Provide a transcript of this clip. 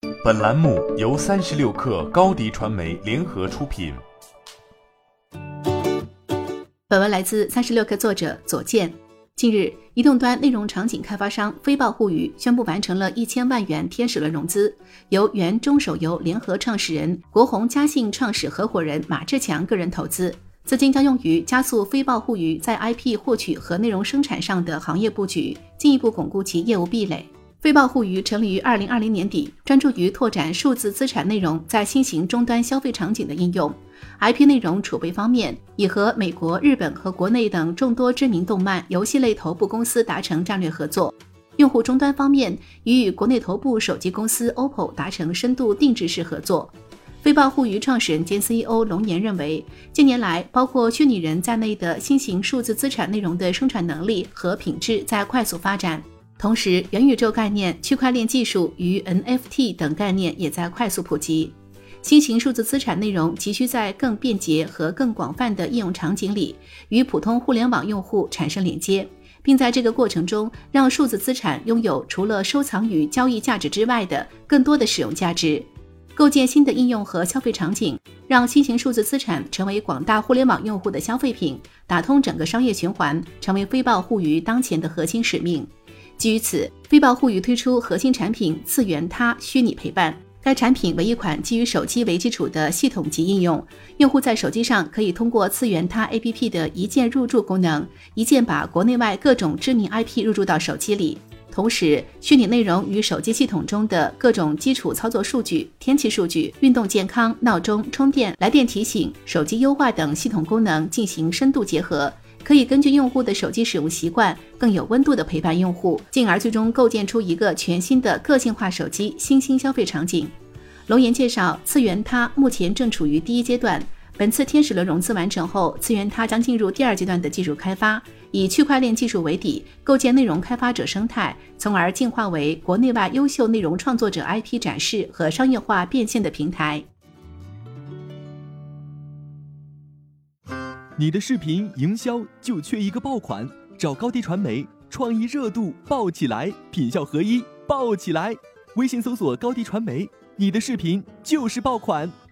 本栏目由36氪高迪传媒联合出品。 本文来自36氪作者左健。近日，移动端内容场景开发商飞豹互娱宣布完成了1000万元天使轮融资，由原中手游联合创始人、国宏嘉信创始合伙人马志强个人投资，资金将用于加速飞豹互娱在 IP 获取和内容生产上的行业布局，进一步巩固其业务壁垒。飞豹互娱成立于2020年底，专注于拓展数字资产内容在新型终端消费场景的应用。IP 内容储备方面，已和美国、日本和国内等众多知名动漫、游戏类头部公司达成战略合作。用户终端方面，已与国内头部手机公司 OPPO 达成深度定制式合作。飞豹互娱创始人兼 CEO 龙岩认为，近年来包括虚拟人在内的新型数字资产内容的生产能力和品质在快速发展，同时元宇宙概念、区块链技术与 NFT 等概念也在快速普及。新型数字资产内容急需在更便捷和更广泛的应用场景里与普通互联网用户产生连接，并在这个过程中让数字资产拥有除了收藏与交易价值之外的更多的使用价值，构建新的应用和消费场景，让新型数字资产成为广大互联网用户的消费品，打通整个商业循环，成为飞豹互娱当前的核心使命。基于此，飞豹互娱推出核心产品次元他虚拟陪伴。该产品为一款基于手机为基础的系统级应用，用户在手机上可以通过次元他 APP 的一键入驻功能，一键把国内外各种知名 IP 入驻到手机里。同时，虚拟内容与手机系统中的各种基础操作数据、天气数据、运动健康、闹钟、充电、来电提醒、手机优化等系统功能进行深度结合，可以根据用户的手机使用习惯，更有温度地陪伴用户，进而最终构建出一个全新的个性化手机新兴消费场景。龙岩介绍，次元他目前正处于第一阶段，本次天使轮融资完成后，次元他将进入第二阶段的技术开发，以区块链技术为底，构建内容开发者生态，从而进化为国内外优秀内容创作者 IP 展示和商业化变现的平台。 你的视频营销就缺一个爆款，找高迪传媒，创意热度爆起来，品效合一爆起来。微信搜索高迪传媒，你的视频就是爆款。